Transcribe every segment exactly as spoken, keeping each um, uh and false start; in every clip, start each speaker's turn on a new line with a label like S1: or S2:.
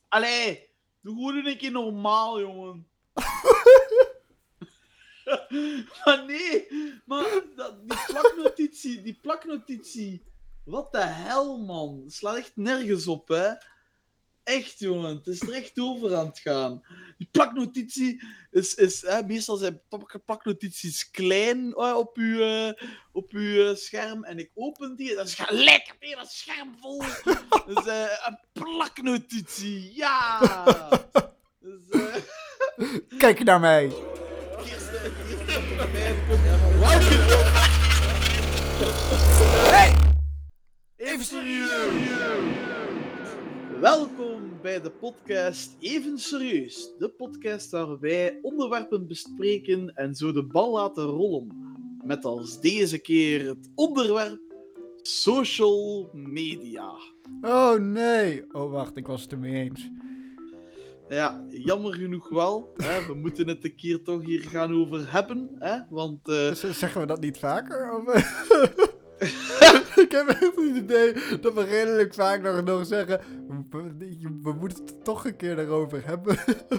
S1: Allee, doe gewoon een keer normaal, jongen. Maar nee, maar dat, die plaknotitie, die plaknotitie. Wat de hel, man. Het slaat echt nergens op, hè. Echt, jongen. Het is er echt over aan het gaan. Die plaknotitie is... is hè, meestal zijn plaknotities klein uh, op uw, uh, op uw uh, scherm. En ik open die. Dat is gelijk weer dat scherm vol. Dus uh, een plaknotitie. Ja! Dus, uh...
S2: Kijk naar mij.
S1: Kirsten,
S2: Hey!
S1: Even serieus! Welkom bij de podcast Even Serieus. De podcast waar wij onderwerpen bespreken en zo de bal laten rollen. Met als deze keer het onderwerp social media.
S2: Oh nee. Oh wacht, ik was het ermee eens.
S1: Ja, jammer genoeg wel. Hè? We moeten het een keer toch hier gaan over hebben. Hè? Want... Uh...
S2: Zeggen we dat niet vaker? Of... Ik heb echt het idee dat we redelijk vaak nog, nog zeggen... We, we moeten het toch een keer erover hebben.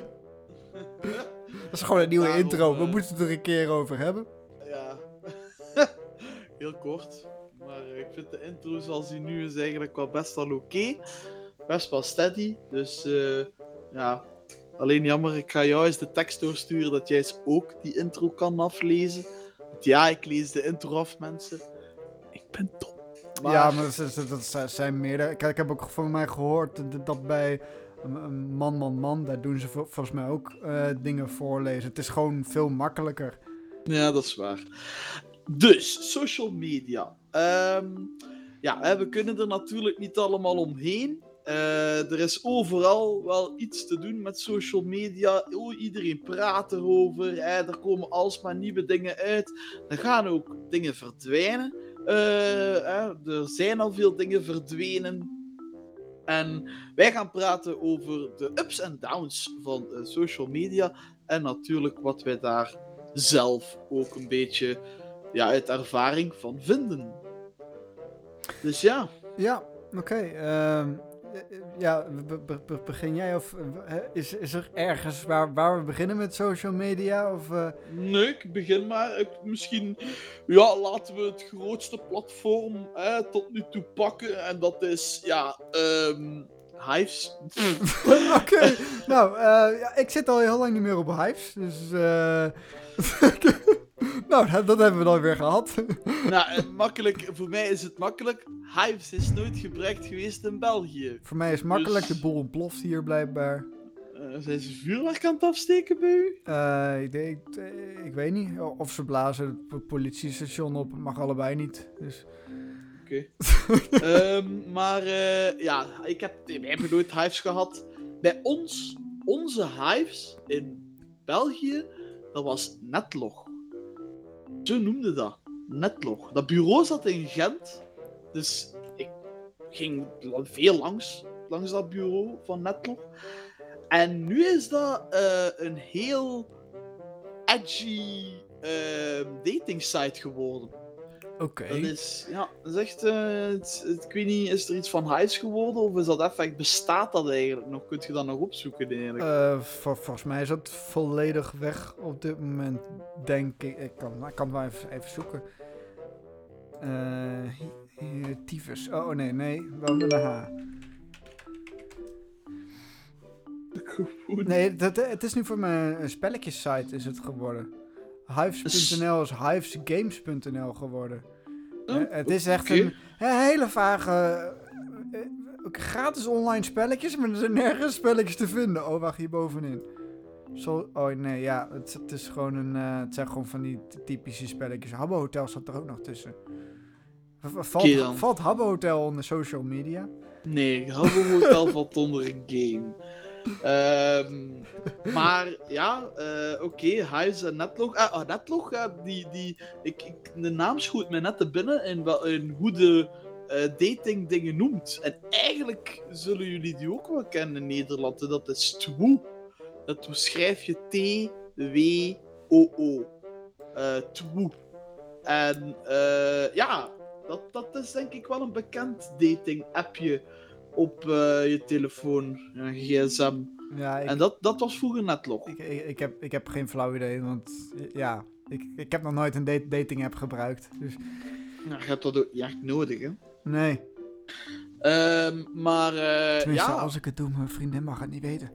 S2: Dat is gewoon een nieuwe
S1: Daarom,
S2: intro. We
S1: uh...
S2: moeten het er een keer over hebben.
S1: Ja. Heel kort. Maar ik vind de intro zoals die nu is eigenlijk wel best wel oké. Okay. Best wel steady. Dus uh, ja... Alleen jammer, ik ga jou eens de tekst doorsturen dat jij eens ook die intro kan aflezen. Want ja, ik lees de intro af, mensen. Ik ben dom.
S2: Maar... Ja, maar dat, dat, dat zijn meerdere. Ik, ik heb ook van mij gehoord dat, dat bij Man, Man, Man, daar doen ze volgens mij ook uh, dingen voorlezen. Het is gewoon veel makkelijker.
S1: Ja, dat is waar. Dus, social media. Um, ja, we kunnen er natuurlijk niet allemaal omheen. Uh, er is overal wel iets te doen met social media. Oh, iedereen praat erover. Hè. Er komen alsmaar nieuwe dingen uit. Er gaan ook dingen verdwijnen. Uh, hè. Er zijn al veel dingen verdwenen. En wij gaan praten over de ups en downs van uh, social media. En natuurlijk wat wij daar zelf ook een beetje ja, uit ervaring van vinden. Dus ja.
S2: Ja, oké. Okay. Um... Ja, be- be- begin jij of is, is er ergens waar, waar we beginnen met social media? Of, uh...
S1: Nee, ik begin maar. Ik, misschien ja, laten we het grootste platform hè, tot nu toe pakken. En dat is, ja, um, Hives.
S2: Oké, okay. nou, uh, ja, ik zit al heel lang niet meer op Hives. Dus, uh... nou, dat hebben we dan weer gehad.
S1: Nou, makkelijk, voor mij is het makkelijk. Hives is nooit gebruikt geweest in België.
S2: Voor mij is het makkelijk, dus... de boel ontploft hier blijkbaar.
S1: Uh, zijn ze vuurwerk aan het afsteken bij u?
S2: Uh, ik, ik, ik weet niet. Of ze blazen het politiestation op. Het mag allebei niet. Dus...
S1: Oké. Okay. um, maar uh, ja, ik heb, we hebben nooit Hives gehad. Bij ons, onze Hives in België, dat was Netlog. Zo noemde dat. Netlog. Dat bureau zat in Gent. Dus ik ging veel langs, langs dat bureau van Netlog. En nu is dat uh, een heel edgy uh, dating site geworden.
S2: Oké. Okay.
S1: Dat is, ja, dat is echt, uh, het, het, ik weet niet, is er iets van Hives geworden of is dat effect, bestaat dat eigenlijk nog? Kun je dat nog opzoeken eigenlijk?
S2: Uh, vol, volgens mij is dat volledig weg op dit moment, denk ik. Ik kan, ik kan het wel even, even zoeken. Uh, tyfus. Oh nee, nee, wel met een H. Nee, dat, het is nu voor mij een spelletjessite is het geworden. Hives punt n l is hivesgames punt n l geworden. Oh, uh, het is echt okay. een, een hele vage... Uh, uh, gratis online spelletjes, maar er zijn nergens spelletjes te vinden. Oh, wacht, hier bovenin. Zo, oh nee, ja, het, het is gewoon een... Uh, het zijn gewoon van die typische spelletjes. Habbo Hotel staat er ook nog tussen. Valt, okay, valt Habbo Hotel onder social media?
S1: Nee, Habbo Hotel valt onder een game. Um, maar ja, uh, oké, okay, Hives en Netlog. Ah, uh, Netlog, uh, die, die, ik, ik, de naam schoot mij net te binnen in, in hoe de uh, dating dingen noemt. En eigenlijk zullen jullie die ook wel kennen in Nederland. Dat is Twoo. Dat schrijf je T W O O. Uh, Twoo. En uh, ja, dat, dat is denk ik wel een bekend dating appje. op uh, je telefoon, je gsm.
S2: Ja, ik,
S1: en dat, dat was vroeger Netlog.
S2: Ik, ik, ik, heb, ik heb geen flauw idee, want ja, ik, ik heb nog nooit een date, dating app gebruikt. Dus...
S1: Nou, je hebt dat ook niet echt nodig, hè?
S2: Nee.
S1: Um, maar, uh,
S2: Tenminste,
S1: ja...
S2: als ik het doe, mijn vriendin mag het niet weten.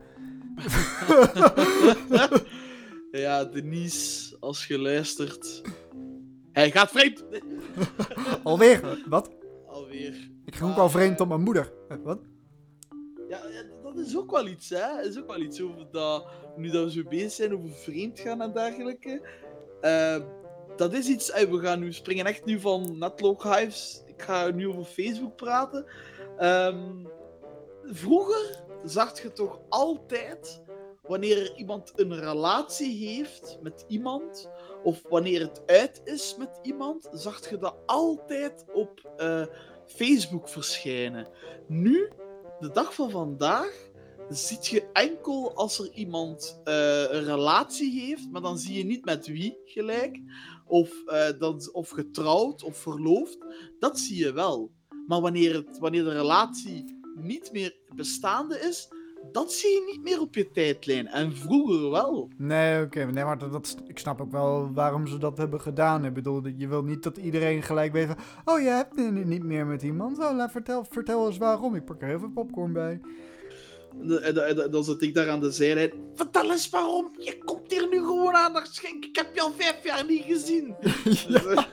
S1: Ja, Denise, als je luistert... Hij gaat vreemd!
S2: Alweer? Wat?
S1: Alweer.
S2: Ik ging ook al vreemd op mijn moeder. Wat?
S1: Ja, dat is ook wel iets, hè. Dat is ook wel iets over dat... Nu dat we zo bezig zijn over vreemd gaan en dergelijke... Uh, dat is iets... Uh, we gaan nu springen echt nu van Netlog Hives. Ik ga nu over Facebook praten. Um, vroeger zag je toch altijd... Wanneer er iemand een relatie heeft met iemand... Of wanneer het uit is met iemand... Zag je dat altijd op uh, Facebook verschijnen. Nu, de dag van vandaag... Ziet je enkel als er iemand uh, een relatie heeft... Maar dan zie je niet met wie gelijk... Of, uh, dat, of getrouwd of verloofd. Dat zie je wel. Maar wanneer, het, wanneer de relatie niet meer bestaande is... Dat zie je niet meer op je tijdlijn. En vroeger wel.
S2: Nee, oké. Okay. Nee, maar dat, dat, ik snap ook wel waarom ze dat hebben gedaan. Ik bedoel, je wil niet dat iedereen gelijk weet van... Oh, je hebt het niet meer met iemand. Oh, laat, vertel, vertel eens waarom. Ik pak er heel veel popcorn bij.
S1: En dan zit ik daar aan de zijlijn. Vertel eens waarom. Je komt hier nu gewoon aan naar schenken. Ik heb je al vijf jaar niet gezien. Ja.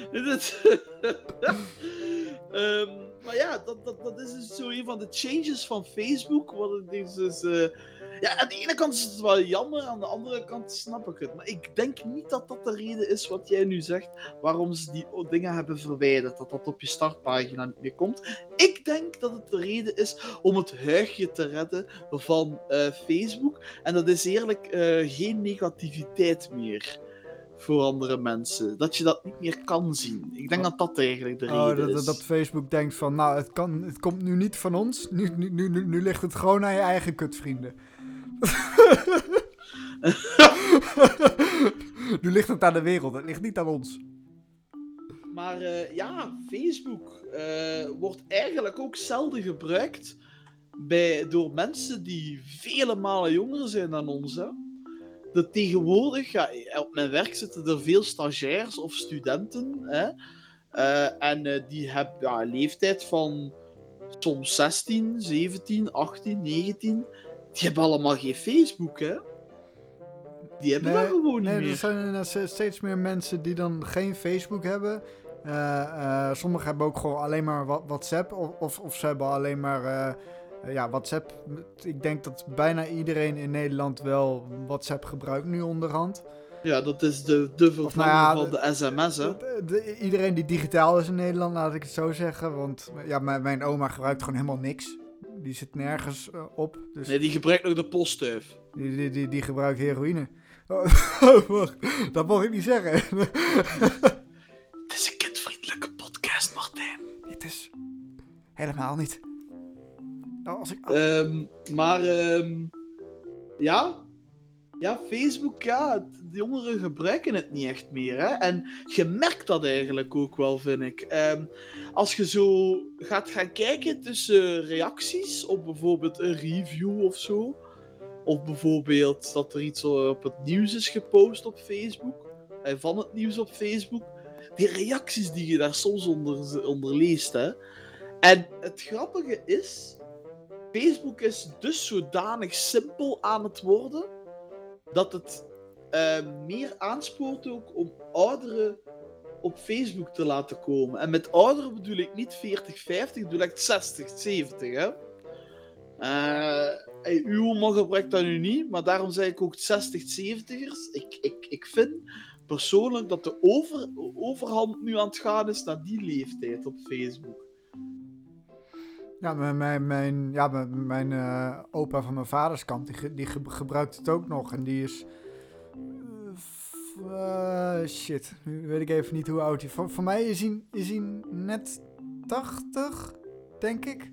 S1: um, maar ja, dat, dat, dat is dus zo een van de changes van Facebook. Wat het is dus, uh, ja, aan de ene kant is het wel jammer, aan de andere kant snap ik het. Maar ik denk niet dat dat de reden is wat jij nu zegt, waarom ze die dingen hebben verwijderd. Dat dat op je startpagina niet meer komt. Ik denk dat het de reden is om het huigje te redden van uh, Facebook. En dat is eerlijk uh, geen negativiteit meer. Voor andere mensen. Dat je dat niet meer kan zien. Ik denk dat dat eigenlijk de reden
S2: oh, dat,
S1: is.
S2: Dat Facebook denkt van, nou, het, kan, het komt nu niet van ons. Nu, nu, nu, nu ligt het gewoon aan je eigen kutvrienden. Nu ligt het aan de wereld. Het ligt niet aan ons.
S1: Maar uh, ja, Facebook uh, wordt eigenlijk ook zelden gebruikt bij, door mensen die vele malen jonger zijn dan ons. Hè? Dat tegenwoordig, ja, op mijn werk zitten er veel stagiairs of studenten. Hè? Uh, en uh, die hebben ja, een leeftijd van soms zestien, zeventien, achttien, negentien. Die hebben allemaal geen Facebook, hè? Die hebben
S2: nee,
S1: dat gewoon
S2: nee,
S1: niet
S2: meer.
S1: meer.
S2: Er zijn steeds meer mensen die dan geen Facebook hebben. Uh, uh, sommigen hebben ook gewoon alleen maar WhatsApp. Of, of, of ze hebben alleen maar... Uh, Uh, ja, WhatsApp. Ik denk dat bijna iedereen in Nederland wel WhatsApp gebruikt nu onderhand.
S1: Ja, dat is de, de vervanger nou ja, van de, de sms, hè?
S2: De, de, iedereen die digitaal is in Nederland, laat ik het zo zeggen. Want ja, mijn, mijn oma gebruikt gewoon helemaal niks. Die zit nergens uh, op. Dus
S1: nee, die gebruikt nog de postduif.
S2: Die, die, die, die gebruikt heroïne. Oh, wacht, dat mag ik niet zeggen.
S1: Het is een kindvriendelijke podcast, Martijn.
S2: Het is helemaal niet. Als ik...
S1: um, maar um, ja, ja, Facebook, ja, de jongeren gebruiken het niet echt meer. Hè? En je merkt dat eigenlijk ook wel, vind ik. Um, als je zo gaat gaan kijken tussen reacties op bijvoorbeeld een review of zo, of bijvoorbeeld dat er iets op het nieuws is gepost op Facebook, van het nieuws op Facebook, die reacties die je daar soms onder, onder leest. Hè? En het grappige is... Facebook is dus zodanig simpel aan het worden dat het uh, meer aanspoort ook om ouderen op Facebook te laten komen. En met ouderen bedoel ik niet veertig, vijftig, bedoel ik zestig, zeventig. Hè? Uh, hey, uw man gebruikt dat nu niet, maar daarom zeg ik ook zestig, zeventigers. Ik, ik, ik vind persoonlijk dat de over, overhand nu aan het gaan is naar die leeftijd op Facebook.
S2: Ja, mijn, mijn, mijn, ja, mijn, mijn uh, opa van mijn vaders kant, die, die ge- gebruikt het ook nog. En die is... Uh, f- uh, shit, nu weet ik even niet hoe oud hij is. Voor, voor mij is hij, is hij net tachtig, denk ik.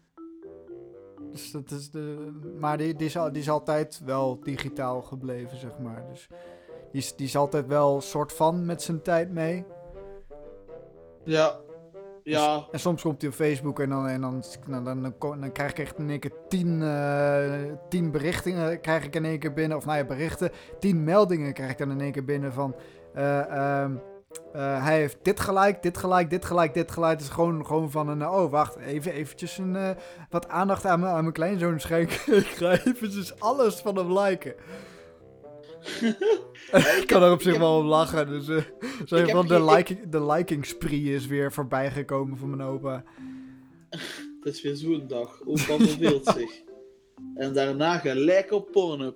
S2: Dus dat is de... Maar die, die, is, al, die is altijd wel digitaal gebleven, zeg maar. Dus die is, die is altijd wel soort van met zijn tijd mee.
S1: Ja. Ja.
S2: En soms komt hij op Facebook en dan, en dan, dan, dan, dan, ko- dan krijg ik echt in één keer tien, eh, tien berichten krijg ik in één keer binnen. Of nou ja, berichten. Tien meldingen krijg ik dan in één keer binnen van... eh, ehm, eh, hij heeft dit gelijk, dit gelijk, dit gelijk, dit gelijk. Het is gewoon, gewoon van een... Oh, wacht. Even eventjes een, eh, wat aandacht aan mijn, aan mijn kleinzoon schenken. Ik ga eventjes alles van hem liken. Ik kan er op zich
S1: heb-
S2: wel om lachen. Dus uh, zeg
S1: heb
S2: van de,
S1: geen-
S2: liking, de liking spree is weer voorbij gekomen van mijn opa.
S1: Het is weer zo'n dag. Opa verveelt zich. En daarna gelijk op Pornhub.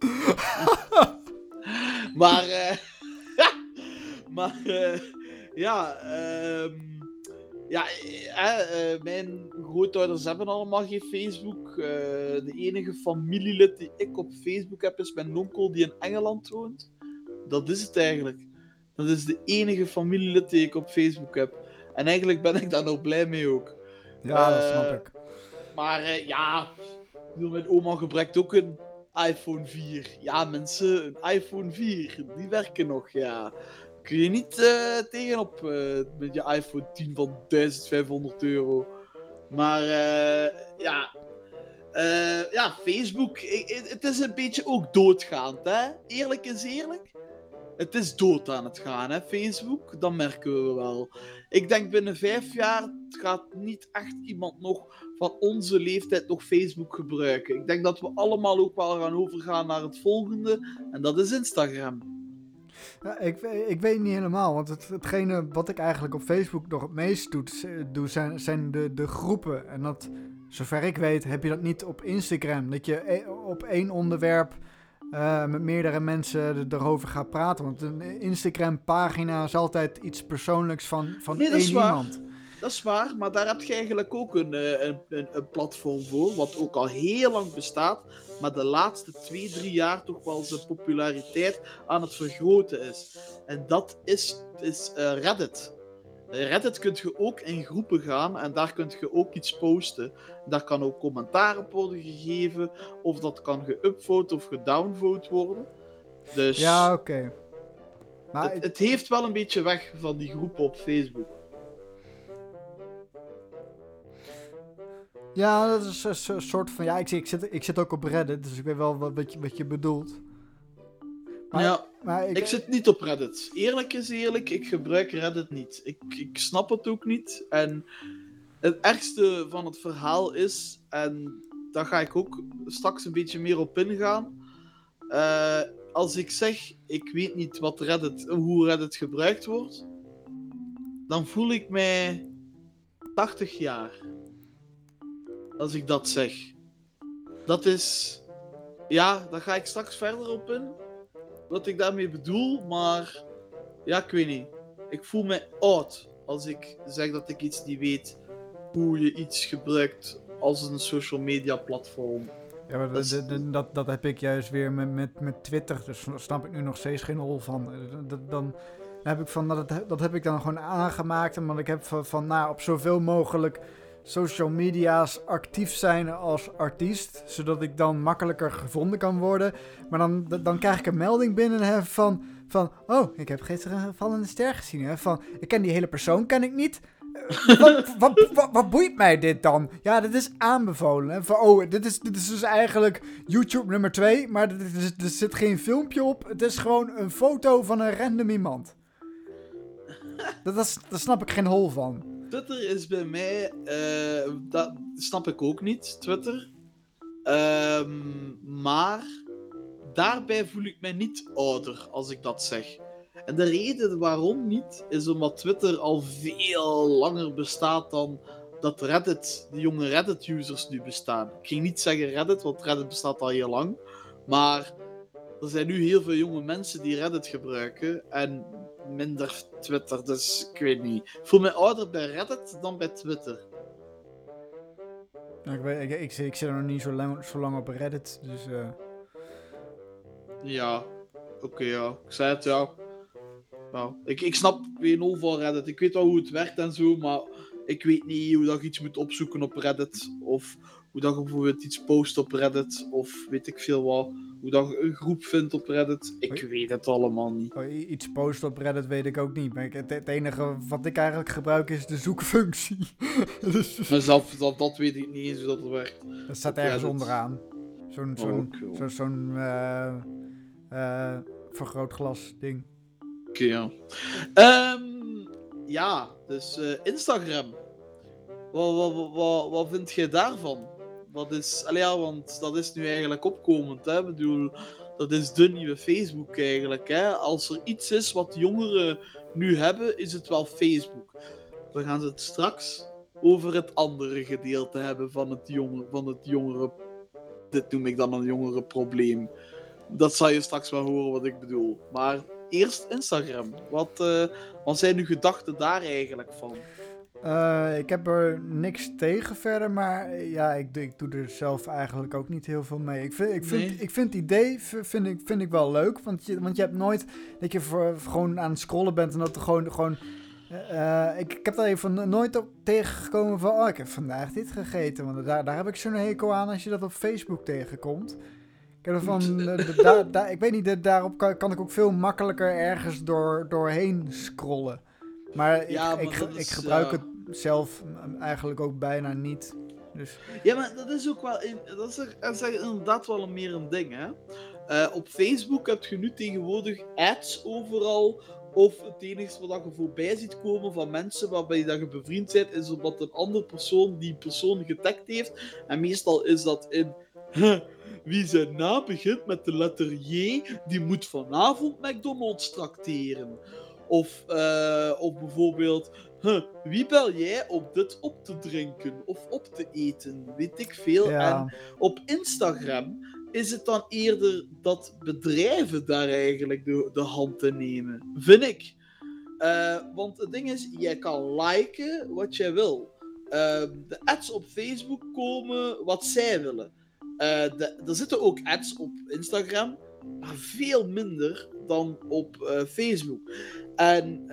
S1: maar, eh maar, eh ja, ehm ja, eh, eh, mijn grootouders hebben allemaal geen Facebook. Eh, de enige familielid die ik op Facebook heb is mijn onkel die in Engeland woont. Dat is het eigenlijk. Dat is de enige familielid die ik op Facebook heb. En eigenlijk ben ik daar nog blij mee ook.
S2: Ja, dat
S1: Eh,
S2: snap ik.
S1: Maar uh, ja, ik bedoel, mijn oma gebruikt ook een iPhone vier. Ja, mensen, een iPhone vier, die werken nog, ja. Kun je niet uh, tegenop uh, met je iPhone tien van duizend vijfhonderd euro. Maar uh, ja, uh, ja, Facebook, ik, het is een beetje ook doodgaand, hè. Eerlijk is eerlijk. Het is dood aan het gaan, hè, Facebook. Dat merken we wel. Ik denk binnen vijf jaar gaat niet echt iemand nog van onze leeftijd nog Facebook gebruiken. Ik denk dat we allemaal ook wel gaan overgaan naar het volgende. En dat is Instagram.
S2: Ja, ik, ik weet niet helemaal, want het, hetgene wat ik eigenlijk op Facebook nog het meest doe, doe zijn, zijn de, de groepen. En dat, zover ik weet, heb je dat niet op Instagram. Dat je op één onderwerp uh, met meerdere mensen erover gaat praten. Want een Instagram-pagina is altijd iets persoonlijks van, van
S1: nee,
S2: één
S1: dat
S2: iemand.
S1: Dat is waar, maar daar heb je eigenlijk ook een, een, een, een platform voor, wat ook al heel lang bestaat, maar de laatste twee, drie jaar toch wel zijn populariteit aan het vergroten is. En dat is, is uh, Reddit. Reddit kun je ook in groepen gaan en daar kun je ook iets posten. Daar kan ook commentaar op worden gegeven, of dat kan geüpvote of gedownvote worden. Dus
S2: ja, oké. Okay.
S1: Het, het heeft wel een beetje weg van die groepen op Facebook.
S2: Ja, dat is een soort van... Ja, ik, ik, zit, ik zit ook op Reddit, dus ik weet wel wat, wat, je, wat je bedoelt.
S1: Maar, ja,
S2: maar ik,
S1: ik zit niet op Reddit. Eerlijk is eerlijk, ik gebruik Reddit niet. Ik, ik snap het ook niet. En het ergste van het verhaal is, en daar ga ik ook straks een beetje meer op ingaan. Uh, als ik zeg, ik weet niet wat Reddit, hoe Reddit gebruikt wordt, dan voel ik mij tachtig jaar. Als ik dat zeg. Dat is... Ja, daar ga ik straks verder op in. Wat ik daarmee bedoel, maar... Ja, ik weet niet. Ik voel me oud als ik zeg dat ik iets niet weet hoe je iets gebruikt als een social media platform.
S2: Ja, maar dat, is... de, de, dat, dat heb ik juist weer met, met, met Twitter. Dus daar snap ik nu nog steeds geen hol van. Dat, dan heb ik van... Dat, dat heb ik dan gewoon aangemaakt. Want ik heb van, van nou, op zoveel mogelijk social media's actief zijn als artiest, zodat ik dan makkelijker gevonden kan worden. Maar dan, dan krijg ik een melding binnen hè, van, van, oh, ik heb gisteren een vallende ster gezien. Hè, van, ik ken die hele persoon, ken ik niet. wat, wat, wat, wat boeit mij dit dan? Ja, dit is aanbevolen. Hè, van, oh, dit is, dit is dus eigenlijk YouTube nummer twee, maar er, er, er zit geen filmpje op. Het is gewoon een foto van een random iemand. Dat, dat, daar snap ik geen hol van.
S1: Twitter is bij mij, uh, dat snap ik ook niet, Twitter. Um, maar daarbij voel ik mij niet ouder als ik dat zeg. En de reden waarom niet, is omdat Twitter al veel langer bestaat dan dat Reddit, de jonge Reddit-users nu bestaan. Ik ging niet zeggen Reddit, want Reddit bestaat al heel lang. Maar er zijn nu heel veel jonge mensen die Reddit gebruiken en minder Twitter, dus ik weet niet. Ik voel me ouder bij Reddit dan bij Twitter.
S2: Ik, weet, ik, ik, ik zit er nog niet zo lang, zo lang op Reddit, dus... Uh...
S1: Ja, oké, okay, ja. Ik zei het, ja. Nou, ik, ik snap weer nul van Reddit. Ik weet wel hoe het werkt en zo, maar ik weet niet hoe dat je iets moet opzoeken op Reddit, of hoe dat je bijvoorbeeld iets post op Reddit, of weet ik veel wat, hoe dat je een groep vindt op Reddit. Ik
S2: Hoi.
S1: weet het allemaal niet.
S2: Oh, i- iets posten op Reddit weet ik ook niet. Maar ik, het, het enige wat ik eigenlijk gebruik is de zoekfunctie. dus,
S1: Maar zelf, dat, dat weet ik niet eens hoe dat werkt.
S2: dat staat
S1: op
S2: ergens
S1: Reddit.
S2: onderaan. Zo'n zo'n
S1: Oh, cool.
S2: zo, zo'n uh, uh, vergrootglas ding.
S1: Oké, okay, ja. Um, ja, dus uh, Instagram. Wat, wat, wat, wat, wat vind jij daarvan? Dat is, allee, ja, want dat is nu eigenlijk opkomend. Hè? Ik bedoel, dat is de nieuwe Facebook eigenlijk. Hè? Als er iets is wat jongeren nu hebben, is het wel Facebook. We gaan het straks over het andere gedeelte hebben van het, jonge, van het jongere... Dit noem ik dan een jongerenprobleem. Dat zal je straks wel horen wat ik bedoel. Maar eerst Instagram. Wat, uh, wat zijn uw gedachten daar eigenlijk van?
S2: Uh, ik heb er niks tegen verder, maar ja, ik, ik doe er zelf eigenlijk ook niet heel veel mee. Ik vind, ik vind, nee. ik vind het idee vind ik, vind ik wel leuk, want je, want je hebt nooit dat je voor, gewoon aan het scrollen bent en dat er gewoon... gewoon uh, ik, ik heb daar even nooit op tegengekomen van, oh, ik heb vandaag dit gegeten, want daar, daar heb ik zo'n hekel aan als je dat op Facebook tegenkomt. Ik heb ervan, de, de, da, da, ik weet niet, de, daarop kan, kan ik ook veel makkelijker ergens door, doorheen scrollen. Maar,
S1: ja,
S2: ik,
S1: maar
S2: ik,
S1: is,
S2: ik gebruik
S1: uh...
S2: het zelf eigenlijk ook bijna niet. Dus...
S1: Ja, maar dat is ook wel... In, dat is, er, dat is inderdaad wel meer een ding, hè. Uh, op Facebook heb je nu tegenwoordig ads overal. Of het enige wat je voorbij ziet komen van mensen waarbij je, dat je bevriend bent, is omdat een andere persoon die persoon getagd heeft. En meestal is dat in... Wie zijn naam begint met de letter J, die moet vanavond McDonald's trakteren. Of, uh, of bijvoorbeeld, huh, wie bel jij om dit op te drinken of op te eten? Weet ik veel.
S2: Ja.
S1: En op Instagram is het dan eerder dat bedrijven daar eigenlijk de, de hand in nemen. Vind ik. Uh, want het ding is, jij kan liken wat jij wil. Uh, de ads op Facebook komen wat zij willen. Uh, de, er zitten ook ads op Instagram, maar veel minder dan op uh, Facebook. En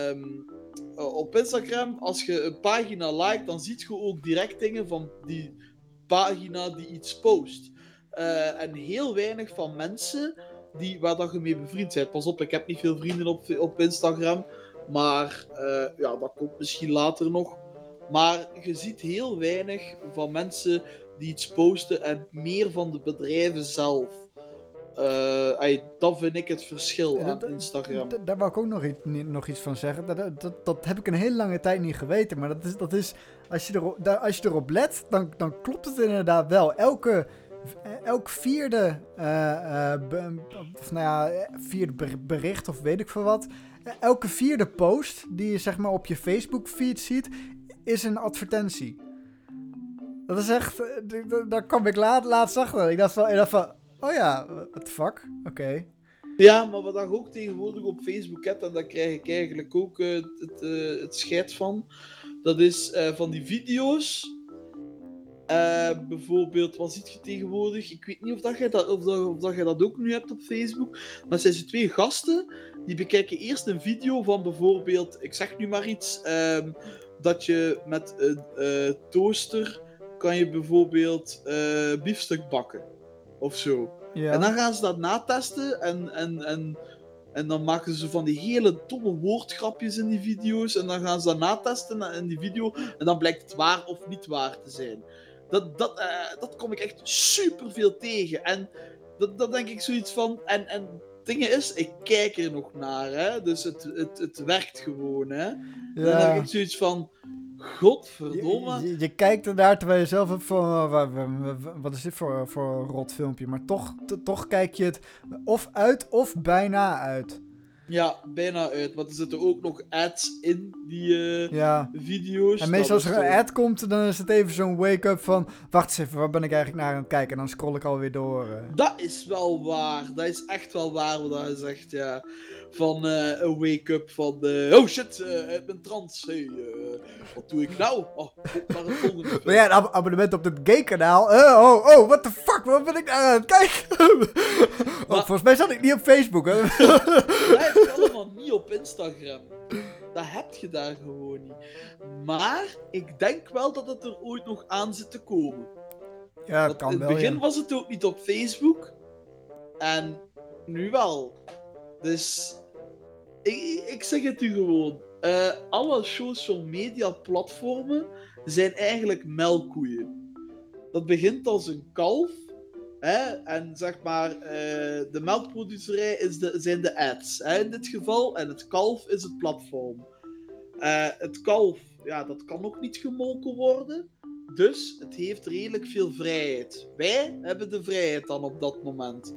S1: uh, op Instagram, als je een pagina liked, dan zie je ook direct dingen van die pagina die iets post. Uh, en heel weinig van mensen die, waar dat je mee bevriend bent. Pas op, ik heb niet veel vrienden op, op Instagram, maar uh, ja, dat komt misschien later nog. Maar je ziet heel weinig van mensen die iets posten en meer van de bedrijven zelf. Uh, ey, dat vind ik het verschil aan
S2: dat,
S1: Instagram.
S2: Dat, daar wou ik ook nog iets, nog iets van zeggen. Dat, dat, dat heb ik een hele lange tijd niet geweten. Maar dat is, dat is als, je erop, als je erop let, dan, dan klopt het inderdaad wel. Elke, elk vierde, uh, uh, be, of nou ja, vierde bericht of weet ik veel wat. Elke vierde post die je zeg maar op je Facebook feed ziet, is een advertentie. Dat is echt, daar kwam ik laat, laatst achter. Ik dacht van, ik dacht van oh ja, what the fuck? Oké. Okay.
S1: Ja, maar wat ik ook tegenwoordig op Facebook heb, en daar krijg ik eigenlijk ook uh, het, uh, het scheid van, dat is uh, van die video's. Uh, bijvoorbeeld, wat ziet je tegenwoordig? Ik weet niet of, dat je dat, of, dat, of dat je dat ook nu hebt op Facebook, maar het zijn zo twee gasten, die bekijken eerst een video van bijvoorbeeld, ik zeg nu maar iets, um, dat je met een uh, toaster kan je bijvoorbeeld uh, biefstuk bakken. Of zo. Ja. En dan gaan ze dat natesten en, en, en, en dan maken ze van die hele domme woordgrapjes in die video's en dan gaan ze dat natesten in die video en dan blijkt het waar of niet waar te zijn. Dat, dat, uh, dat kom ik echt super veel tegen en dat, dat denk ik zoiets van en, en het ding is, ik kijk er nog naar, hè? Dus het, het, het werkt gewoon, hè. Ja. Dan heb ik zoiets van, godverdomme.
S2: Je, je, je kijkt ernaar terwijl je zelf hebt van, wat is dit voor, voor een rot filmpje, maar toch, to, toch kijk je het of uit of bijna uit.
S1: Ja, bijna uit, want er zitten ook nog ads in die uh,
S2: ja.
S1: video's.
S2: En meestal als er een ad komt, dan is het even zo'n wake-up van, wacht eens even, waar ben ik eigenlijk naar aan het kijken? En dan scroll ik alweer door. Uh.
S1: Dat is wel waar, dat is echt wel waar wat hij zegt, ja. Van uh, een wake-up van, uh, oh shit, uh, ik ben trans, hey, uh, wat doe ik nou? Oh, maar het volgende film.
S2: Maar ja, een ab- abonnement op het gay-kanaal, uh, oh, oh, what the fuck, waar ben ik naar aan het kijken? oh, maar, volgens mij zat ik niet op Facebook, hè.
S1: Dat heb je allemaal niet op Instagram. Dat heb je daar gewoon niet. Maar ik denk wel dat het er ooit nog aan zit te komen.
S2: Ja,
S1: Want
S2: kan
S1: in het
S2: wel,
S1: begin
S2: ja.
S1: was het ook niet op Facebook. En nu wel. Dus ik, ik zeg het u gewoon. Uh, alle social media platformen zijn eigenlijk melkkoeien. Dat begint als een kalf. Hè? En zeg maar, uh, de melkproducerij is de, zijn de ads. Hè? In dit geval. En het kalf is het platform. Uh, het kalf, ja, dat kan ook niet gemolken worden. Dus het heeft redelijk veel vrijheid. Wij hebben de vrijheid dan op dat moment.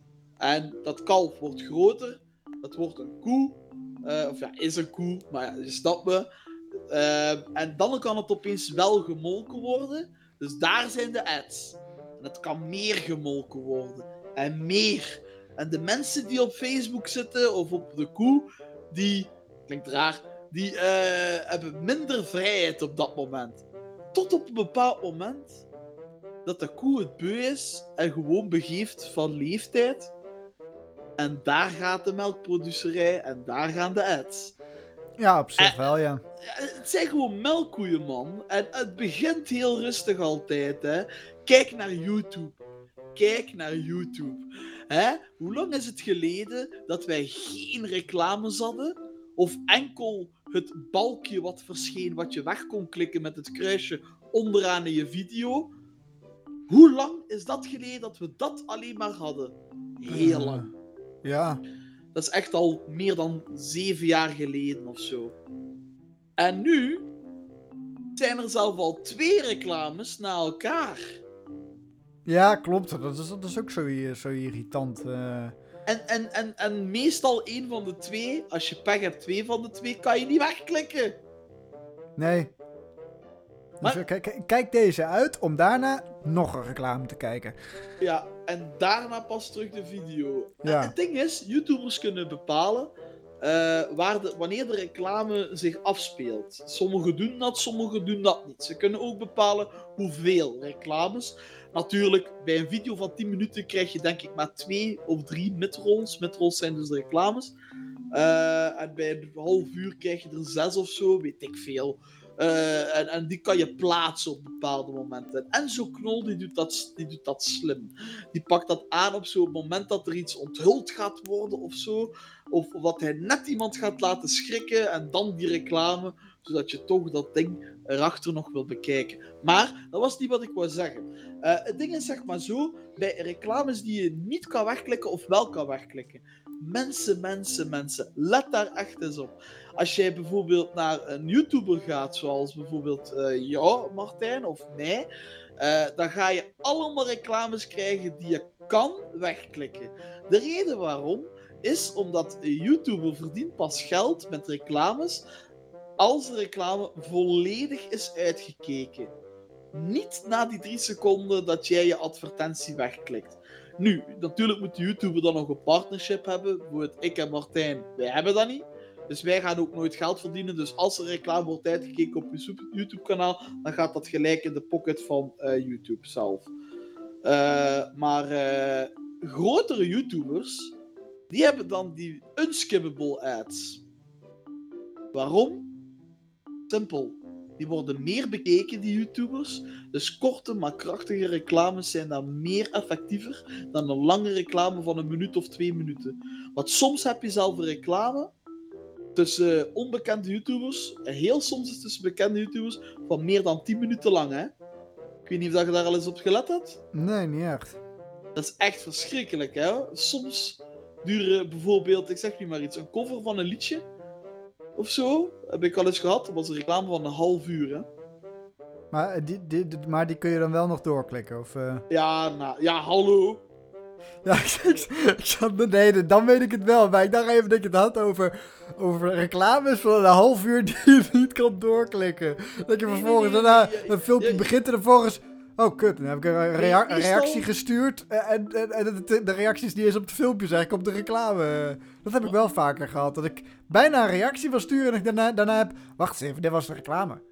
S1: En dat kalf wordt groter. Dat wordt een koe. Uh, of ja, is een koe. Maar ja, je snapt me. Uh, en dan kan het opeens wel gemolken worden. Dus daar zijn de ads. En het kan meer gemolken worden. En meer. En de mensen die op Facebook zitten, of op de koe, die... Klinkt raar. Die uh, hebben minder vrijheid op dat moment. Tot op een bepaald moment dat de koe het beu is en gewoon begeeft van leeftijd. En daar gaat de melkproducerij en daar gaan de ads.
S2: Ja, op zich
S1: en,
S2: wel, ja.
S1: Het zijn gewoon melkkoeien, man. En het begint heel rustig altijd, hè. Kijk naar YouTube. Kijk naar YouTube. Hè? Hoe lang is het geleden dat wij geen reclames hadden? Of enkel het balkje wat verscheen, wat je weg kon klikken met het kruisje onderaan in je video? Hoe lang is dat geleden dat we dat alleen maar hadden? Heel lang.
S2: Uh, ja.
S1: Dat is echt al meer dan zeven jaar geleden of zo. En nu zijn er zelf al twee reclames na elkaar.
S2: Ja, klopt. Dat is, dat is ook zo, zo irritant. Uh...
S1: En, en, en, en meestal één van de twee, als je pech hebt, twee van de twee, kan je niet wegklikken.
S2: Nee. Maar... Dus, kijk, kijk deze uit om daarna nog een reclame te kijken.
S1: Ja, en daarna pas terug de video.
S2: Ja.
S1: En het ding is, YouTubers kunnen bepalen uh, waar de, wanneer de reclame zich afspeelt. Sommigen doen dat, sommigen doen dat niet. Ze kunnen ook bepalen hoeveel reclames. Natuurlijk, bij een video van tien minuten krijg je denk ik maar twee of drie midrolls. Midrolls zijn dus de reclames. Uh, en bij een half uur krijg je er zes of zo, weet ik veel. Uh, en, en die kan je plaatsen op bepaalde momenten. En Enzo Knol die doet, dat, die doet dat slim. Die pakt dat aan op zo'n moment dat er iets onthuld gaat worden of zo. Of, of dat hij net iemand gaat laten schrikken en dan die reclame, zodat je toch dat ding erachter nog wil bekijken. Maar dat was niet wat ik wou zeggen. Uh, het ding is zeg maar zo, bij reclames die je niet kan wegklikken of wel kan wegklikken. Mensen, mensen, mensen, let daar echt eens op. Als jij bijvoorbeeld naar een YouTuber gaat, zoals bijvoorbeeld uh, jou, Martijn, of mij, uh, dan ga je allemaal reclames krijgen die je kan wegklikken. De reden waarom is omdat een YouTuber verdient pas geld met reclames als de reclame volledig is uitgekeken. Niet na die drie seconden dat jij je advertentie wegklikt. Nu, natuurlijk moet de YouTuber dan nog een partnership hebben. Bijvoorbeeld ik en Martijn, wij hebben dat niet. Dus wij gaan ook nooit geld verdienen. Dus als er reclame wordt uitgekeken op je YouTube-kanaal, dan gaat dat gelijk in de pocket van uh, YouTube zelf. Uh, maar uh, grotere YouTubers, die hebben dan die unskippable ads. Waarom? Simpel. Die worden meer bekeken, die YouTubers. Dus korte, maar krachtige reclames zijn dan meer effectiever dan een lange reclame van een minuut of twee minuten. Want soms heb je zelf een reclame tussen uh, onbekende YouTubers, en heel soms is het tussen bekende YouTubers, van meer dan tien minuten lang, hè? Ik weet niet of je daar al eens op gelet hebt.
S2: Nee, niet echt.
S1: Dat is echt verschrikkelijk, hè? Soms duren bijvoorbeeld, ik zeg nu maar iets, een cover van een liedje of zo, heb ik al eens gehad. Dat was een reclame van een half uur, hè?
S2: Maar die, die, die, maar die kun je dan wel nog doorklikken, of... Uh...
S1: Ja, nou, ja, hallo.
S2: Ja, ik, ik, ik zat beneden, dan weet ik het wel. Maar ik dacht even dat je het had over, over reclames van een half uur die je niet kan doorklikken. Dat je vervolgens nee, nee, nee, daarna nee, nee, een filmpje ja, begint en vervolgens... Oh, kut, dan heb ik een rea- nee, reactie gestuurd. En, en, en de, de reacties die is op het filmpje, zeg ik, op de reclame. Dat heb ik wel vaker gehad. Dat ik bijna een reactie wil sturen en ik daarna, daarna heb... Wacht eens even, dit was de reclame.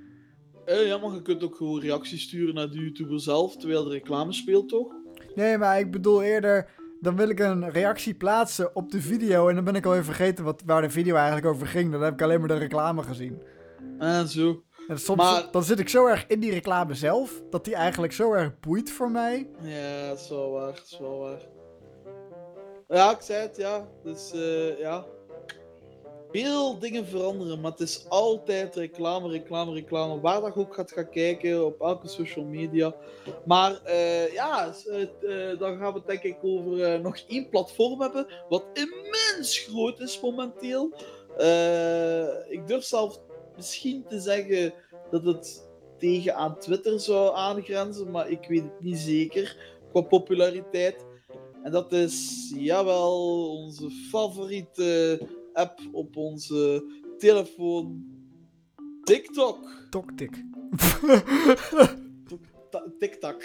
S1: Eh, ja, maar je kunt ook gewoon reacties sturen naar de YouTuber zelf, terwijl de reclame speelt, toch?
S2: Nee, maar ik bedoel eerder... Dan wil ik een reactie plaatsen op de video en dan ben ik al even vergeten wat, waar de video eigenlijk over ging. Dan heb ik alleen maar de reclame gezien.
S1: Ah, zo.
S2: En soms
S1: Maar-
S2: dan zit ik zo erg in die reclame zelf, dat die eigenlijk zo erg boeit voor mij.
S1: Ja, dat is wel waar, dat is wel waar. Ja, ik zei het, ja. Dus, eh, ja. Veel dingen veranderen, maar het is altijd reclame, reclame, reclame. Waar dat je ook gaat gaan kijken, op elke social media. Maar eh, ja, s- eh, eh, dan gaan we het denk ik over eh, nog één platform hebben, wat immens groot is momenteel. Eh, ik durf zelf misschien te zeggen dat het tegen aan Twitter zou aangrenzen, maar ik weet het niet zeker qua populariteit. En dat is, jawel, onze favoriete app op onze telefoon. TikTok.
S2: Toktik.
S1: Ta- TikTok.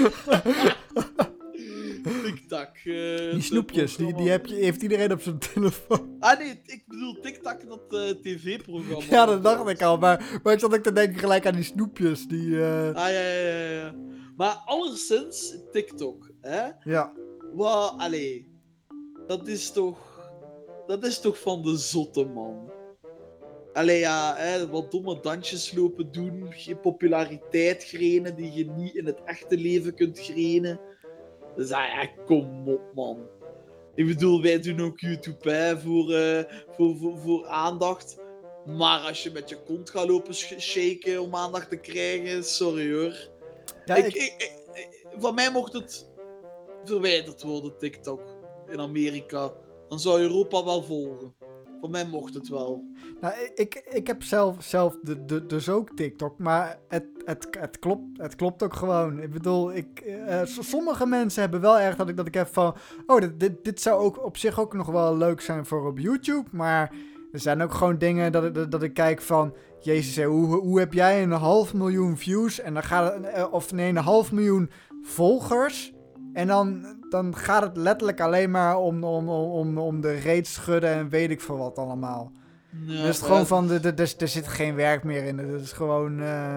S1: TikTok. eh,
S2: Die snoepjes, die, die
S1: programma.
S2: heb je, heeft iedereen op zijn telefoon.
S1: Ah nee, ik bedoel TikTok, dat eh, tv-programma.
S2: Ja, dat dacht ik al, maar, maar ik zat ook te denken gelijk aan die snoepjes. Die, eh,
S1: Ah ja, ja, ja, ja. Maar alleszins TikTok, hè?
S2: ja.
S1: Wat, allee. Dat is toch... Dat is toch van de zotte, man. Allee, ja, hè, wat domme dansjes lopen doen, geen populariteit grenen die je niet in het echte leven kunt grenen. Dus ah, ja, kom op, man. Ik bedoel, wij doen ook YouTube hè, voor, eh, voor, voor, voor aandacht. Maar als je met je kont gaat lopen sh- shaken om aandacht te krijgen, sorry hoor.
S2: Ja,
S1: ik,
S2: ik-
S1: ik, ik- ik- van mij mocht het verwijderd worden, TikTok, in Amerika. Dan zou Europa wel volgen. Van mij mocht het wel.
S2: Nou, ik, ik heb zelf, zelf de, de, dus ook TikTok, maar het, het, het, klopt, het klopt ook gewoon. Ik bedoel, ik, eh, s- sommige mensen hebben wel erg dat ik, dat ik heb van... Oh, dit, dit, dit zou ook op zich ook nog wel leuk zijn voor op YouTube, maar er zijn ook gewoon dingen dat, ik- dat, dat ik kijk van... Jezus, hè, hoe, hoe heb jij een half miljoen views en dan gaat het... eh, Of nee, een half miljoen volgers... En dan, dan gaat het letterlijk alleen maar om, om, om, om, om de reet schudden en weet ik veel wat allemaal.
S1: Ja,
S2: Dan is het
S1: maar
S2: gewoon
S1: ja,
S2: van, de, de, de, er zit geen werk meer in. Het is gewoon eh,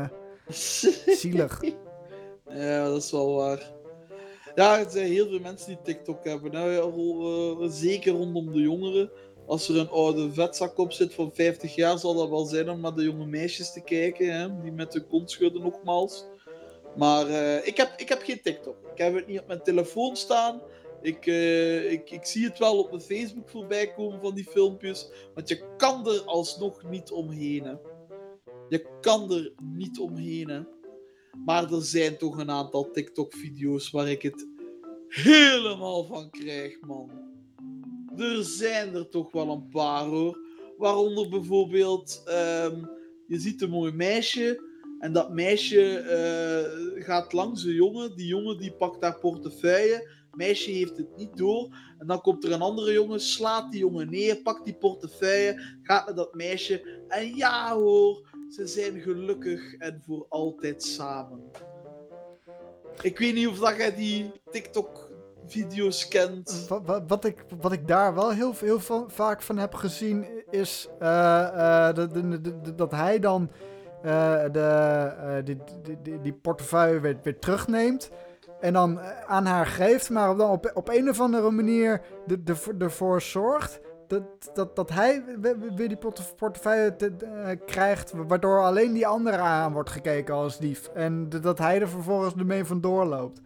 S2: zielig.
S1: Ja, dat is wel waar. Ja, er zijn heel veel mensen die TikTok hebben. Nou, ja, ro- eh, zeker rondom de jongeren. Als er een oude vetzak op zit van vijftig jaar, zal dat wel zijn om naar de jonge meisjes te kijken. Hè, die met de kont schudden nogmaals. Maar eh, ik, heb, ik heb geen TikTok. Ik heb het niet op mijn telefoon staan. Ik, eh, ik, ik zie het wel op mijn Facebook voorbij komen van die filmpjes. Want je kan er alsnog niet omheen. Hè. Je kan er niet omheen. Hè. Maar er zijn toch een aantal TikTok-video's waar ik het helemaal van krijg, man. Er zijn er toch wel een paar, hoor. Waaronder bijvoorbeeld, ehm, je ziet een mooi meisje en dat meisje eh, gaat langs een jongen. Die jongen die pakt haar portefeuille. Meisje heeft het niet door. En dan komt er een andere jongen, slaat die jongen neer, pakt die portefeuille, gaat met dat meisje. En ja hoor, ze zijn gelukkig en voor altijd samen. Ik weet niet of dat jij die TikTok-video's kent.
S2: Wat, wat, wat, ik, wat ik daar wel heel, heel van, vaak van heb gezien is eh, eh, de, de, de, de- dat hij dan eh, de, eh, die, die, die, die portefeuille weer, weer terugneemt. En dan eh, aan haar geeft, maar dan op, op een of andere manier de, de, ervoor zorgt dat, dat, dat hij weer weer die porte- portefeuille te, eh, krijgt, waardoor alleen die andere aan wordt gekeken als dief. En de- dat hij er vervolgens ermee vandoor loopt.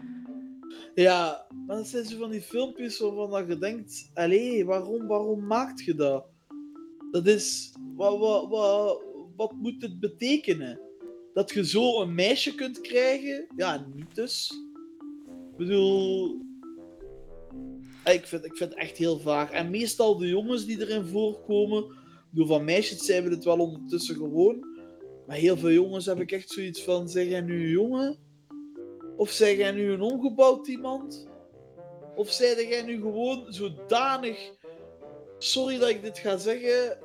S1: Ja, maar dat zijn zo van die filmpjes waarvan dat je denkt... Allee, waarom, waarom maakt je dat? Dat is... Wat, wat, wat, wat moet het betekenen? Dat je zo een meisje kunt krijgen? Ja, niet dus. Ik bedoel... Ik vind, ik vind het echt heel vaag. En meestal de jongens die erin voorkomen... Door van meisjes zijn we het wel ondertussen gewoon. Maar heel veel jongens heb ik echt zoiets van... Zeg jij nu een jongen? Of zeg jij nu een ongebouwd iemand? Of zei jij nu gewoon zodanig... Sorry dat ik dit ga zeggen...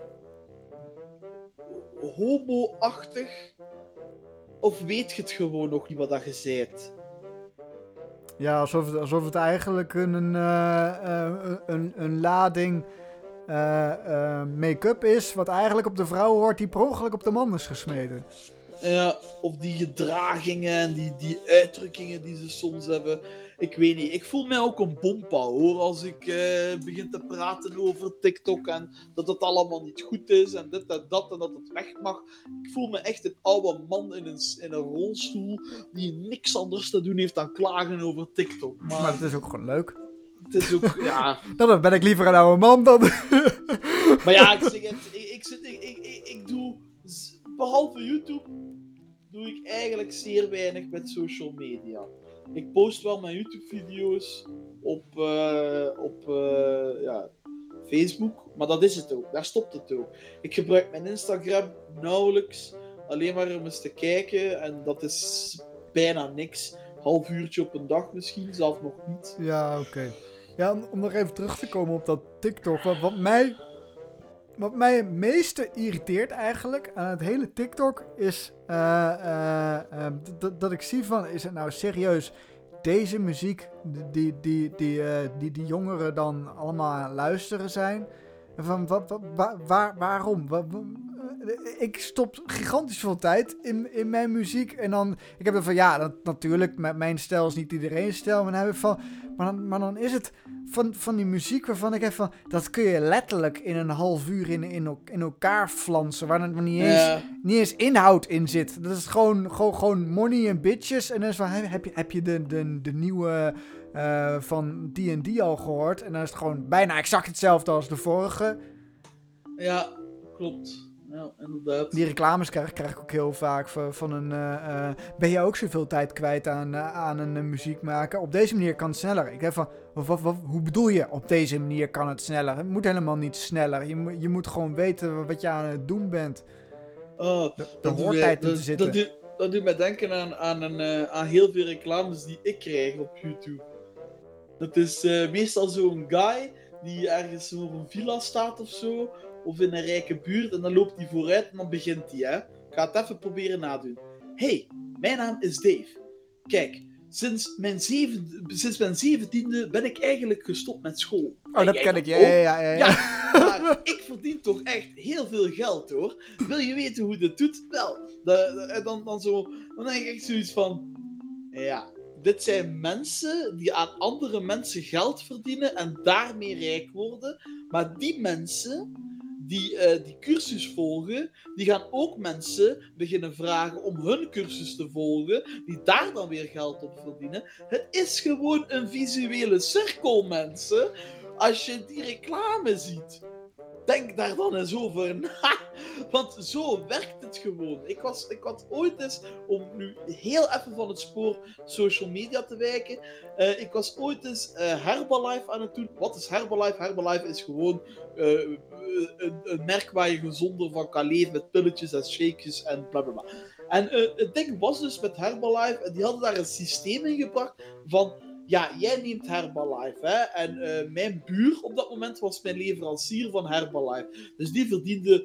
S1: homo-achtig? Of weet je het gewoon nog niet wat dat je zijt?
S2: Ja, alsof het, alsof het eigenlijk een, eh, eh, een, een lading eh, eh, make-up is, wat eigenlijk op de vrouw hoort die per ongeluk op de man is gesmeden.
S1: Ja, of die gedragingen en die, die uitdrukkingen die ze soms hebben. ik weet niet, ik voel mij ook een bompa hoor, als ik uh, begin te praten over TikTok en dat het allemaal niet goed is en dit en dat en dat het weg mag. Ik voel me echt een oude man in een, in een rolstoel die niks anders te doen heeft dan klagen over TikTok. Maar,
S2: maar het is ook gewoon leuk.
S1: Het is ook, ja...
S2: Dan ben ik liever een oude man dan...
S1: Maar ja, ik zeg het, ik, ik, zit, ik, ik, ik doe, behalve YouTube, doe ik eigenlijk zeer weinig met social media. Ik post wel mijn YouTube-video's op, uh, op uh, ja, Facebook, maar dat is het ook. Daar stopt het ook. Ik gebruik mijn Instagram nauwelijks, alleen maar om eens te kijken, en dat is bijna niks. Half uurtje op een dag misschien, zelf nog niet.
S2: Ja, oké. Okay. Ja, om, om nog even terug te komen op dat TikTok, wat, wat mij... Wat mij het meeste irriteert eigenlijk aan het hele TikTok is uh, uh, uh, d- dat ik zie van, is het nou serieus deze muziek die die, die, die, uh, die, die jongeren dan allemaal aan het luisteren zijn? Van, wat, wat, waar, waar, waarom? Wat, wat, ik stop gigantisch veel tijd in, in mijn muziek en dan, ik heb er van, ja, dat, natuurlijk, met mijn stijl is niet iedereen's stijl, maar dan heb ik van, maar dan, maar dan is het van, van die muziek waarvan ik heb van, dat kun je letterlijk in een half uur in, in, in elkaar flansen, waar er niet eens,
S1: Ja.
S2: niet eens inhoud in zit. Dat is gewoon, gewoon, gewoon money en bitches en dan is van, heb je, heb je de, de, de nieuwe uh, van die en die al gehoord? En dan is het gewoon bijna exact hetzelfde als de vorige.
S1: Ja, klopt. Ja, inderdaad.
S2: Die reclames krijg, krijg ik ook heel vaak van, van een... Uh, uh, ben je ook zoveel tijd kwijt aan, uh, aan een uh, muziek maken? Op deze manier kan het sneller. Ik denk van, wat, wat, wat, hoe bedoel je? Op deze manier kan het sneller. Het moet helemaal niet sneller. Je, moet, je moet gewoon weten wat je aan het doen bent.
S1: Oh,
S2: er hoort tijd in te
S1: dat,
S2: zitten.
S1: Dat, dat, dat doet mij denken aan, aan, een, uh, aan heel veel reclames die ik krijg op YouTube. Dat is uh, meestal zo'n guy die ergens voor een villa staat of zo, of in een rijke buurt, en dan loopt hij vooruit en dan begint hij, hè. Ik ga het even proberen nadoen. Hey, mijn naam is Dave. Kijk, sinds mijn, zeven, sinds mijn zeventiende ben ik eigenlijk gestopt met school.
S2: Oh, dat ken ik, ja, ja, ja, ja.
S1: ja. Maar ik verdien toch echt heel veel geld, hoor. Wil je weten hoe dit doet? Wel, de, de, dan, dan, zo, dan denk ik echt zoiets van, ja... Dit zijn mensen die aan andere mensen geld verdienen en daarmee rijk worden. Maar die mensen die uh, die cursus volgen, die gaan ook mensen beginnen vragen om hun cursus te volgen, die daar dan weer geld op verdienen. Het is gewoon een visuele cirkel, mensen. Als je die reclame ziet, denk daar dan eens over na. Want zo werkt het gewoon. Ik, was, ik had ooit eens, om nu heel even van het spoor social media te wijken, uh, ik was ooit eens uh, Herbalife aan het doen. Wat is Herbalife? Herbalife is gewoon uh, een, een merk waar je gezonder van kan leven met pilletjes en shakejes en blablabla. En uh, het ding was dus met Herbalife, en die hadden daar een systeem in gebracht van, ja, jij neemt Herbalife, hè, en uh, mijn buur op dat moment was mijn leverancier van Herbalife. Dus die verdiende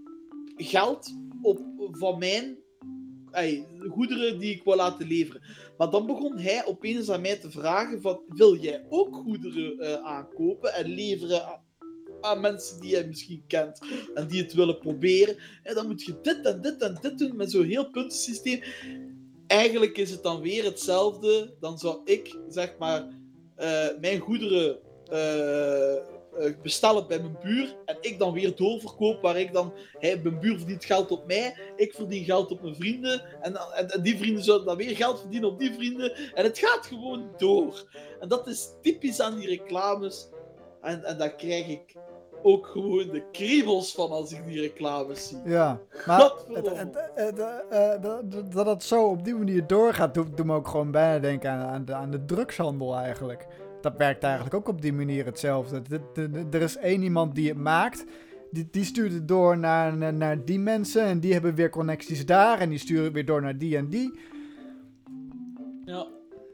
S1: geld op, van mijn ey, goederen die ik wil laten leveren. Maar dan begon hij opeens aan mij te vragen van, wil jij ook goederen uh, aankopen en leveren aan, aan mensen die jij misschien kent en die het willen proberen? En dan moet je dit en dit en dit doen met zo'n heel puntensysteem. Eigenlijk is het dan weer hetzelfde. Dan zou ik, zeg maar, uh, mijn goederen uh, uh, bestellen bij mijn buur en ik dan weer doorverkoop, waar ik dan, hey, mijn buur verdient geld op mij, ik verdien geld op mijn vrienden en, en, en die vrienden zouden dan weer geld verdienen op die vrienden en het gaat gewoon door. En dat is typisch aan die reclames en, en daar krijg ik ook gewoon de kriebels van als ik die reclames zie.
S2: Ja, maar het, het, het, uh, dat, dat het zo op die manier doorgaat, doet, doet me ook gewoon bijna denken aan, aan, de, aan de drugshandel eigenlijk. Dat werkt eigenlijk ook op die manier hetzelfde. De, de, de, er is één iemand die het maakt, die, die stuurt het door naar, naar, naar die mensen en die hebben weer connecties daar en die sturen het weer door naar die en die.
S1: Ja,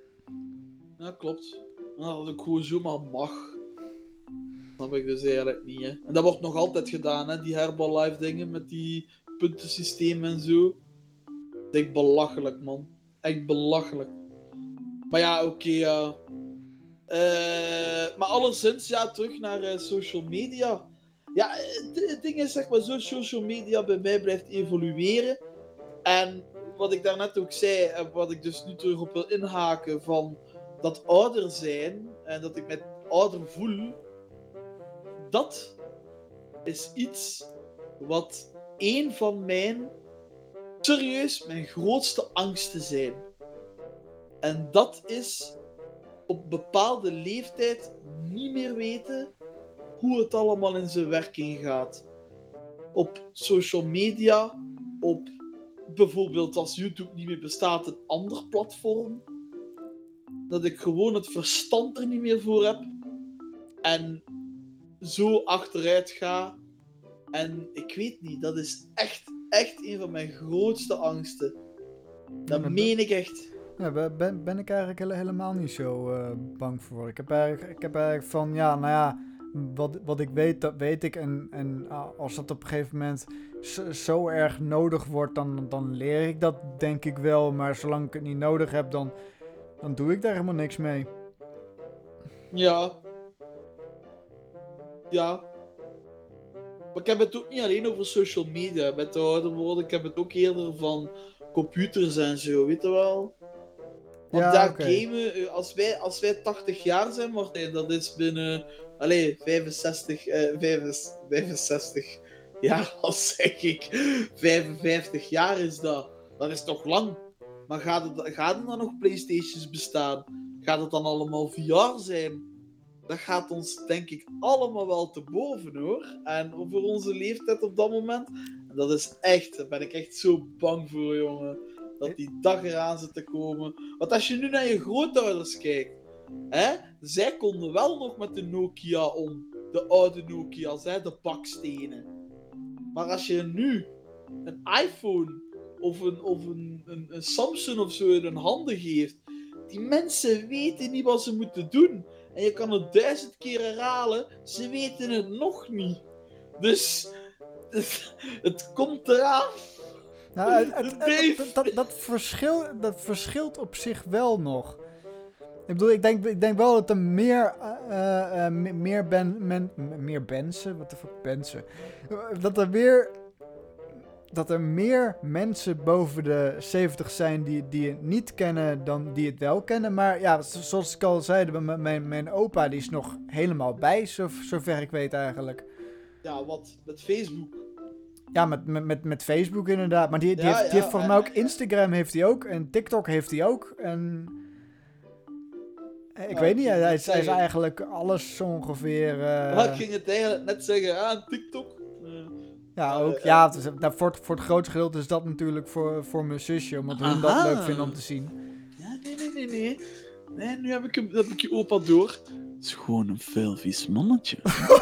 S1: ja klopt. Nou, dat ik gewoon zomaar mag. Dat heb ik dus eigenlijk niet, hè. En dat wordt nog altijd gedaan, hè, die Herbalife dingen met die puntensysteem en zo. Dat is echt belachelijk, man. Echt belachelijk. Maar ja, oké, okay, ja. Uh, maar alleszins, ja, terug naar uh, social media. Ja, het, het ding is, zeg maar, zo social media bij mij blijft evolueren. En wat ik daarnet ook zei, en wat ik dus nu terug op wil inhaken van... dat ouder zijn en dat ik me ouder voel, dat is iets wat een van mijn, serieus, mijn grootste angsten zijn. En dat is op bepaalde leeftijd niet meer weten hoe het allemaal in zijn werking gaat. Op social media, op bijvoorbeeld als YouTube niet meer bestaat, een ander platform. Dat ik gewoon het verstand er niet meer voor heb. En zo achteruit ga. En ik weet niet, dat is echt, echt een van mijn grootste angsten. Dat
S2: Ja,
S1: meen ik echt.
S2: Ja, ben, ben ik eigenlijk hele, helemaal niet zo uh, bang voor. Ik heb, eigenlijk, ik heb eigenlijk van, ja, nou ja, wat, wat ik weet, dat weet ik. En, en als dat op een gegeven moment zo, zo erg nodig wordt, dan, dan leer ik dat denk ik wel. Maar zolang ik het niet nodig heb, dan, dan doe ik daar helemaal niks mee.
S1: Ja. Ja. Maar ik heb het ook niet alleen over social media met de ouder worden. Ik heb het ook eerder van computers en zo, weet je wel? Want
S2: ja,
S1: daar
S2: okay.
S1: gamen, als wij, als wij tachtig jaar zijn, Martijn, dat is binnen, allez, vijfenzestig, eh, vijfenzestig jaar, als zeg ik, vijfenvijftig jaar is dat. Dat is toch lang? Maar gaat, het, gaat er dan nog PlayStations bestaan? Gaat het dan allemaal V R zijn? Dat gaat ons, denk ik, allemaal wel te boven, hoor. En voor onze leeftijd op dat moment, en dat is echt, daar ben ik echt zo bang voor, jongen. Dat die dag eraan zit te komen. Want als je nu naar je grootouders kijkt, hè, zij konden wel nog met de Nokia om. De oude Nokia's, hè, de bakstenen. Maar als je nu een iPhone of een, of een, een, een Samsung of zo in hun handen geeft, die mensen weten niet wat ze moeten doen. En je kan het duizend keer herhalen, ze weten het nog niet. Dus het, het komt eraan.
S2: Nou, het, het, het, het, dat, dat, verschil, dat verschilt op zich wel nog. Ik bedoel, ik denk, ik denk wel dat er meer, uh, uh, meer, ben, men, meer mensen, wat de fuck, mensen, dat er meer, dat er meer mensen boven de zeventig zijn die, die het niet kennen dan die het wel kennen. Maar ja, zoals ik al zei, mijn, mijn, mijn opa die is nog helemaal bij, zo, zover ik weet eigenlijk.
S1: Ja, wat? Met Facebook?
S2: Ja, met, met, met, met Facebook inderdaad. Maar die, die,
S1: ja,
S2: heeft, die
S1: ja,
S2: heeft volgens mij ook Instagram heeft hij ook. En TikTok heeft hij ook. En ik
S1: ja,
S2: weet niet, hij, hij is
S1: zeggen.
S2: eigenlijk alles ongeveer... Uh...
S1: Ja, ik ging het eigenlijk net zeggen, ah, TikTok. Uh,
S2: ja, ook. Uh, ja, het is, nou, voor, voor het grootste gedeelte is dat natuurlijk voor, voor mijn zusje. Omdat hun dat leuk vinden om te zien.
S1: Ja, nee, nee, nee, nee. Nee, nu heb ik, hem, heb ik je opa door. Het is gewoon een veel vies mannetje.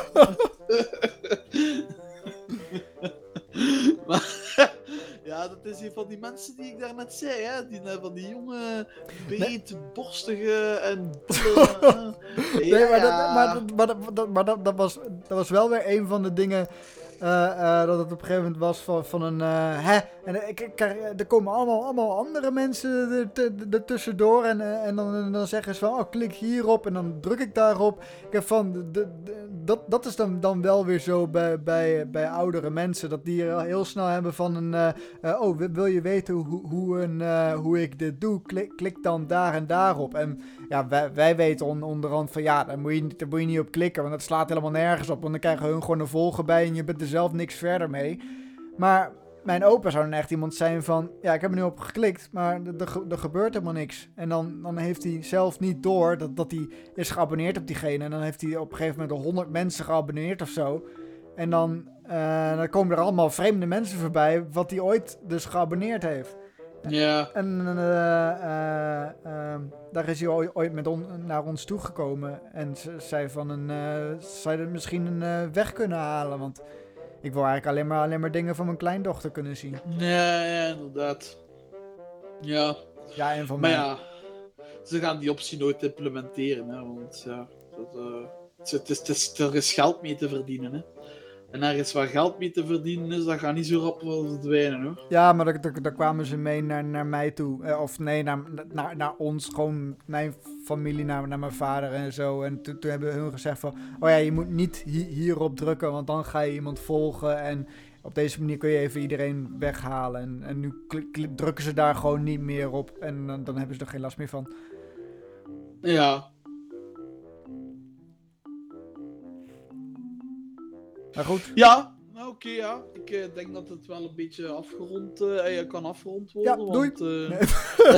S1: Maar, ja, dat is een van die mensen die ik daarnet zei, hè? Die, van die jonge, breedborstige en... ja,
S2: nee, maar, dat, maar, dat, maar, dat, maar dat, dat, was, dat was wel weer een van de dingen... Uh, uh, dat het op een gegeven moment was van, van een... Uh, hè? En ik, ik, er komen allemaal, allemaal andere mensen ertussendoor. En, uh, en dan, dan zeggen ze van... Oh, klik hierop. En dan druk ik daarop. Ik heb van... De, de, de, dat, dat is dan, dan wel weer zo bij, bij, bij oudere mensen. Dat die heel snel hebben van een... Uh, uh, oh, wil je weten hoe, hoe, een, uh, hoe ik dit doe? Klik, klik dan daar en daarop. En ja, wij, wij weten on, onderhand van... Ja, daar moet, je, daar moet je niet op klikken. Want dat slaat helemaal nergens op. Want dan krijgen hun gewoon een volger bij. En je bent er zelf niks verder mee. Maar mijn opa zou dan echt iemand zijn van... Ja, ik heb er nu op geklikt, maar er, er, er gebeurt helemaal niks. En dan, dan heeft hij zelf niet door dat, dat hij is geabonneerd op diegene. En dan heeft hij op een gegeven moment honderd mensen geabonneerd of zo. En dan, uh, dan komen er allemaal vreemde mensen voorbij... wat hij ooit dus geabonneerd heeft.
S1: Ja.
S2: En uh, uh, uh, daar is hij ooit, ooit met on, naar ons toegekomen. En ze zei van... Een, uh, zou je er misschien een uh, weg kunnen halen, want... Ik wil eigenlijk alleen maar, alleen maar dingen van mijn kleindochter kunnen zien.
S1: Ja, ja, inderdaad. Ja.
S2: Ja, en van
S1: maar
S2: mij.
S1: ja, ze gaan die optie nooit implementeren, hè, want ja, dat, uh, het is, het is, er is geld mee te verdienen, hè. En ergens waar geld mee te verdienen is, dat gaat niet zo rap wel verdwijnen, hoor.
S2: Ja, maar daar, daar, daar kwamen ze mee naar, naar mij toe. Uh, of nee, naar, naar, naar ons, gewoon mijn familie, naar, naar mijn vader en zo. En toen, toen hebben hun gezegd van... Oh ja, je moet niet hi- hierop drukken, want dan ga je iemand volgen. En op deze manier kun je even iedereen weghalen. En, en nu klik, klik, drukken ze daar gewoon niet meer op. En dan, dan hebben ze er geen last meer van.
S1: Ja.
S2: Maar goed.
S1: Ja, nou, oké, okay, ja. Ik uh, denk dat het wel een beetje afgerond uh, kan afgerond worden.
S2: Ja, doei.
S1: Want, uh...
S2: nee.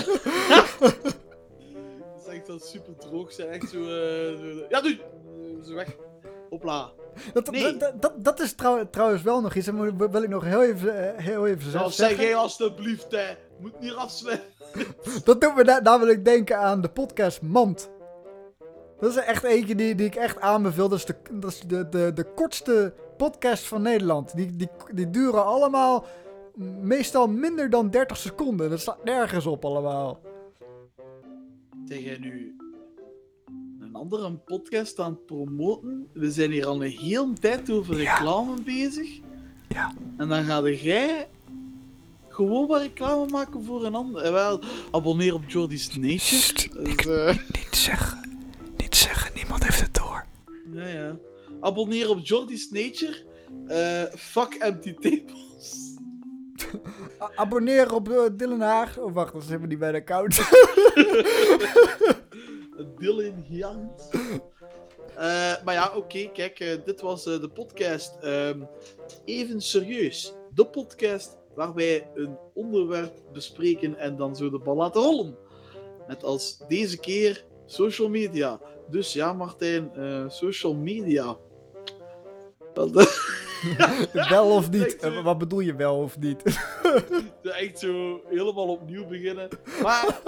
S1: Dat is echt dat super droog zijn. Echt zo, uh... Ja, doei! Uh, zo weg. Hopla.
S2: Dat,
S1: nee.
S2: dat, dat, dat is trouw, trouwens wel nog iets. Dat wil ik nog heel even, heel even
S1: nou,
S2: zeggen.
S1: Zeg jij alstublieft, hè. Moet niet afsluiten.
S2: Dat doet me da- namelijk denken aan de podcast Mand. Dat is echt eentje die, die ik echt aanbeveel. Dat is, de, dat is de, de, de kortste podcast van Nederland. Die, die, die duren allemaal meestal minder dan dertig seconden. Dat staat nergens op allemaal.
S1: Zeg jij nu een andere podcast aan het promoten? We zijn hier al een hele tijd over reclame ja. bezig.
S2: Ja.
S1: En dan ga jij gewoon wat reclame maken voor een ander. En wel, abonneer op Jordy's Nature. Dus, uh...
S2: Niet zeggen. Niet zeggen. Niemand heeft het door.
S1: Ja, ja. Abonneer op Jordy's Nature. Uh, fuck empty tables.
S2: Abonneer op uh, Dylan Haag. Oh, wacht, dat is helemaal niet bij de account.
S1: Dylan Jans. Uh, maar ja, oké, okay, kijk, uh, dit was uh, de podcast. Um, even serieus. De podcast waar wij een onderwerp bespreken en dan zo de bal laten rollen. Net als deze keer social media. Dus ja, Martijn, uh, social media. Dat,
S2: wel of niet? Zo... Wat bedoel je wel of niet?
S1: Echt zo helemaal opnieuw beginnen. Maar...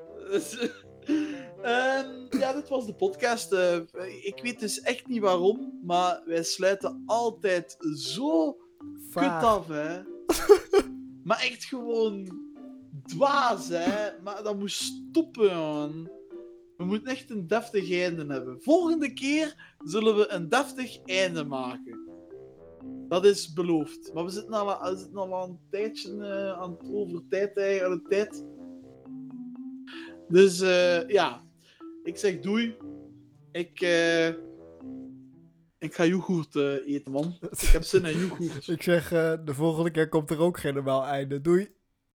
S1: Um, ja, dit was de podcast. Uh, ik weet dus echt niet waarom, maar wij sluiten altijd zo
S2: Vaag.
S1: kut af, hè. Maar echt gewoon dwaas, hè. Maar dat moet stoppen, man. We moeten echt een deftig einde hebben. Volgende keer zullen we een deftig einde maken. Dat is beloofd. Maar we zitten al, we zitten al een tijdje uh, aan het over tijd, aan de tijd. Dus uh, ja. Ik zeg doei. Ik, uh, ik ga yoghurt uh, eten, man. Ik heb zin in yoghurt.
S2: Ik zeg, uh, de volgende keer komt er ook geen normaal einde. Doei.